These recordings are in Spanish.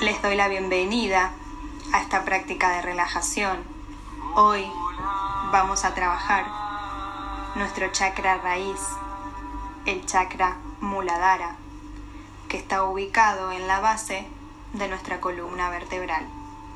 Les doy la bienvenida a esta práctica de relajación. Hoy vamos a trabajar nuestro chakra raíz, el chakra Muladhara, que está ubicado en la base de nuestra columna vertebral.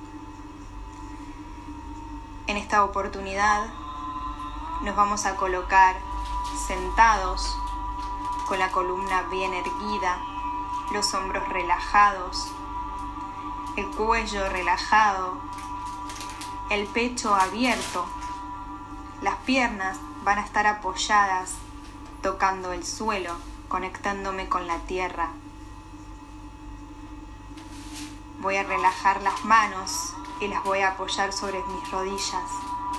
En esta oportunidad nos vamos a colocar sentados con la columna bien erguida, los hombros relajados, el cuello relajado, el pecho abierto. Las piernas van a estar apoyadas, tocando el suelo, conectándome con la tierra. Voy a relajar las manos y las voy a apoyar sobre mis rodillas,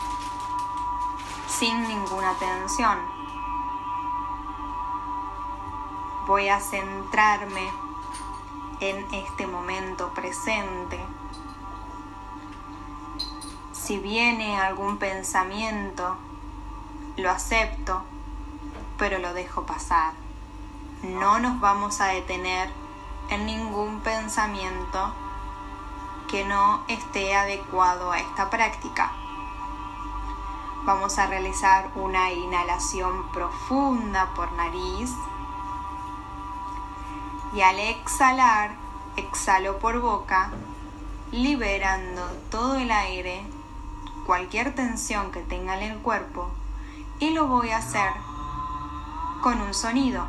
sin ninguna tensión. Voy a centrarme en este momento presente. Si viene algún pensamiento, lo acepto, pero lo dejo pasar. No nos vamos a detener en ningún pensamiento que no esté adecuado a esta práctica. Vamos a realizar una inhalación profunda por nariz y al exhalar, exhalo por boca, liberando todo el aire, cualquier tensión que tenga en el cuerpo, y lo voy a hacer con un sonido.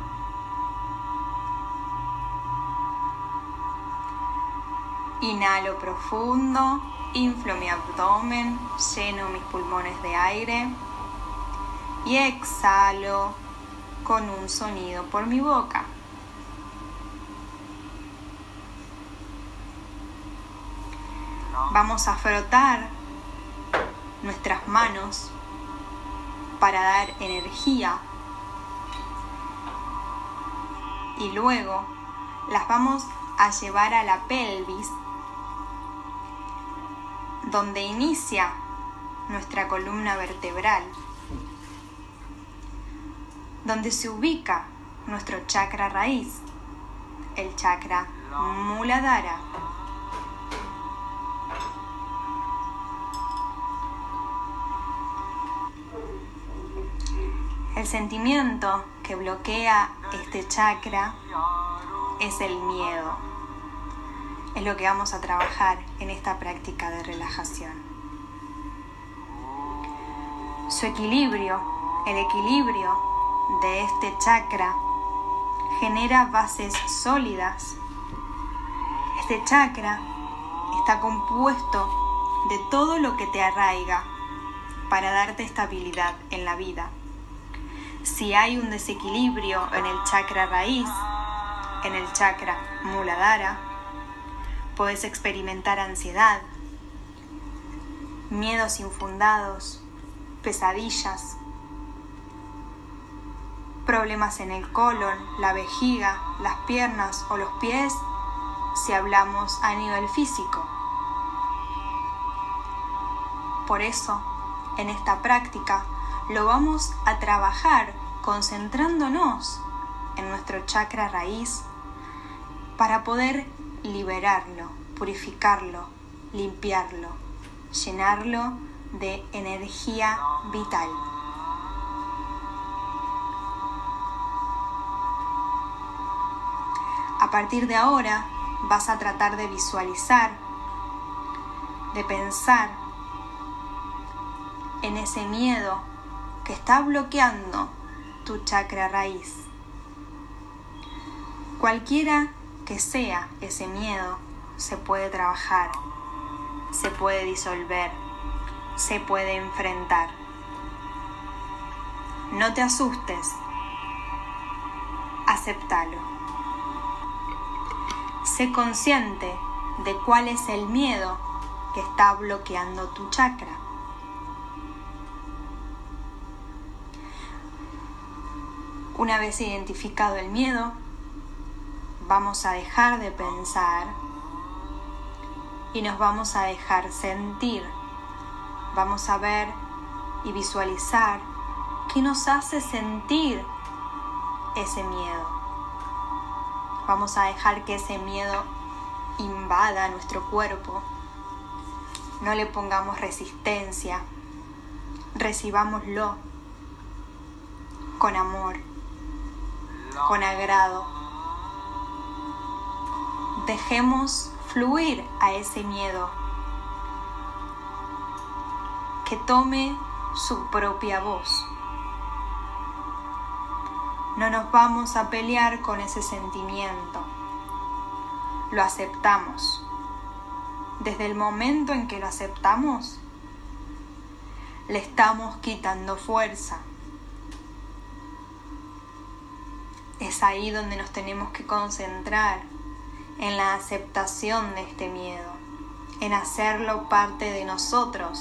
Inhalo profundo, inflo mi abdomen, lleno mis pulmones de aire y exhalo con un sonido por mi boca. Vamos a frotar nuestras manos para dar energía y luego las vamos a llevar a la pelvis, donde inicia nuestra columna vertebral, donde se ubica nuestro chakra raíz, el chakra Muladhara. El sentimiento que bloquea este chakra es el miedo. Es lo que vamos a trabajar en esta práctica de relajación. Su equilibrio, el equilibrio de este chakra, genera bases sólidas. Este chakra está compuesto de todo lo que te arraiga para darte estabilidad en la vida. Si hay un desequilibrio en el chakra raíz, en el chakra Muladhara, puedes experimentar ansiedad, miedos infundados, pesadillas, problemas en el colon, la vejiga, las piernas o los pies, si hablamos a nivel físico. Por eso, en esta práctica, lo vamos a trabajar concentrándonos en nuestro chakra raíz para poder liberarlo, purificarlo, limpiarlo, llenarlo de energía vital. A partir de ahora vas a tratar de visualizar, de pensar en ese miedo que está bloqueando tu chakra raíz. Cualquiera que sea ese miedo, se puede trabajar, se puede disolver, se puede enfrentar. No te asustes, acéptalo. Sé consciente de cuál es el miedo que está bloqueando tu chakra. Una vez identificado el miedo, vamos a dejar de pensar y nos vamos a dejar sentir. Vamos a ver y visualizar qué nos hace sentir ese miedo. Vamos a dejar que ese miedo invada nuestro cuerpo. No le pongamos resistencia. Recibámoslo con amor, con agrado. Dejemos fluir a ese miedo, que tome su propia voz. No nos vamos a pelear con ese sentimiento. Lo aceptamos. Desde el momento en que lo aceptamos, le estamos quitando fuerza. Es ahí donde nos tenemos que concentrar, en la aceptación de este miedo, en hacerlo parte de nosotros,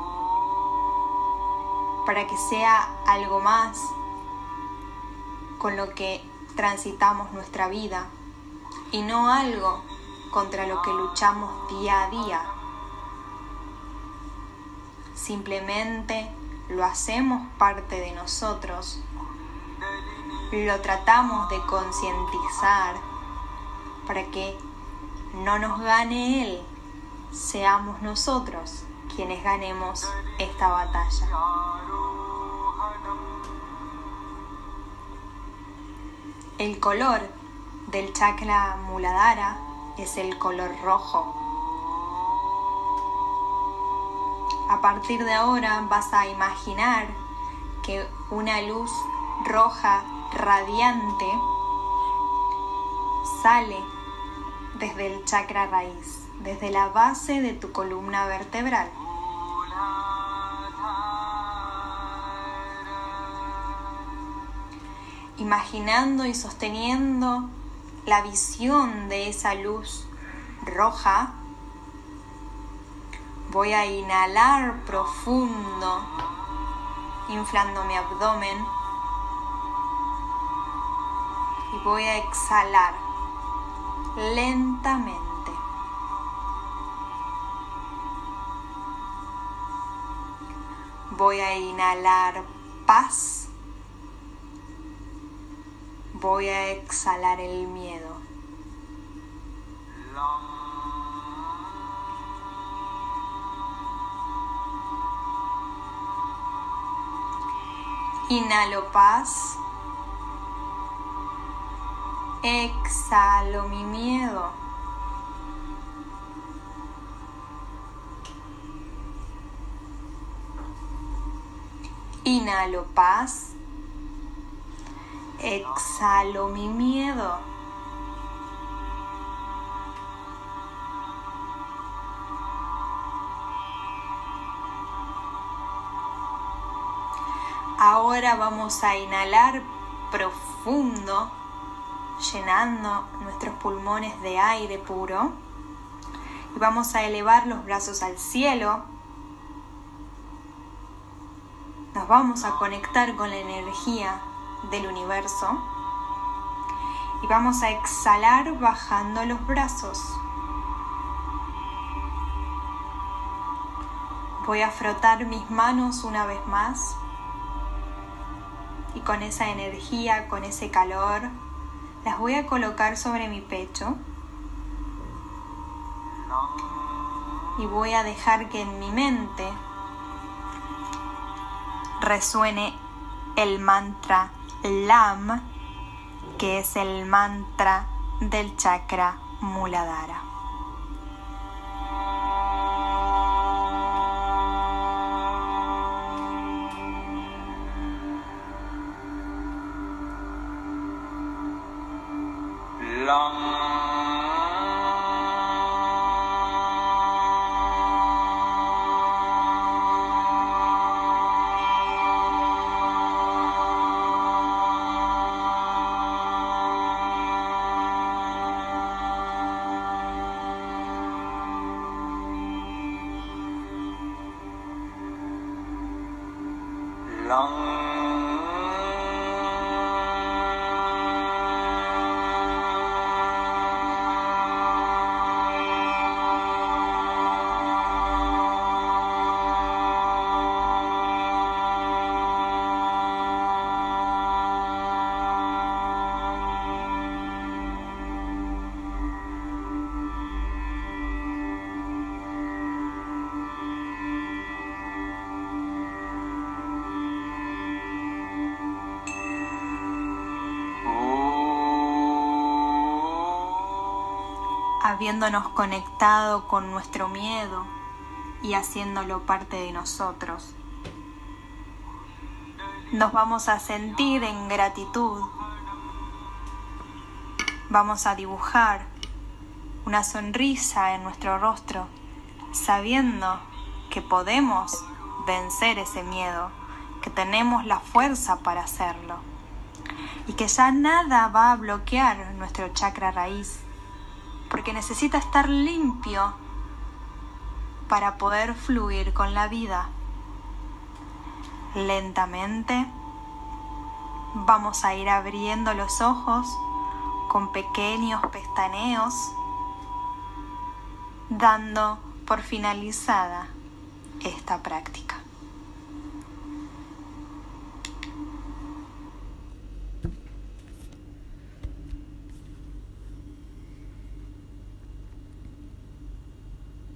para que sea algo más con lo que transitamos nuestra vida y no algo contra lo que luchamos día a día. Simplemente lo hacemos parte de nosotros, lo tratamos de concientizar para que no nos gane él, seamos nosotros quienes ganemos esta batalla. El color del chakra Muladhara es el color rojo. A partir de ahora vas a imaginar que una luz roja radiante sale desde el chakra raíz, desde la base de tu columna vertebral. Imaginando y sosteniendo la visión de esa luz roja, voy a inhalar profundo, inflando mi abdomen, y voy a exhalar lentamente. Voy a inhalar paz. Voy a exhalar el miedo. Inhalo paz. Exhalo mi miedo. Inhalo paz. Exhalo mi miedo. Ahora vamos a inhalar profundo, llenando nuestros pulmones de aire puro. Y vamos a elevar los brazos al cielo. Nos vamos a conectar con la energía del universo. Y vamos a exhalar bajando los brazos. Voy a frotar mis manos una vez más. Y con esa energía, con ese calor, las voy a colocar sobre mi pecho. Y voy a dejar que en mi mente resuene el mantra LAM, que es el mantra del chakra Muladhara. habiéndonos conectado con nuestro miedo y haciéndolo parte de nosotros. Nos vamos a sentir en gratitud. Vamos a dibujar una sonrisa en nuestro rostro, sabiendo que podemos vencer ese miedo, que tenemos la fuerza para hacerlo y que ya nada va a bloquear nuestro chakra raíz, porque necesita estar limpio para poder fluir con la vida. Lentamente vamos a ir abriendo los ojos con pequeños pestaneos, dando por finalizada esta práctica.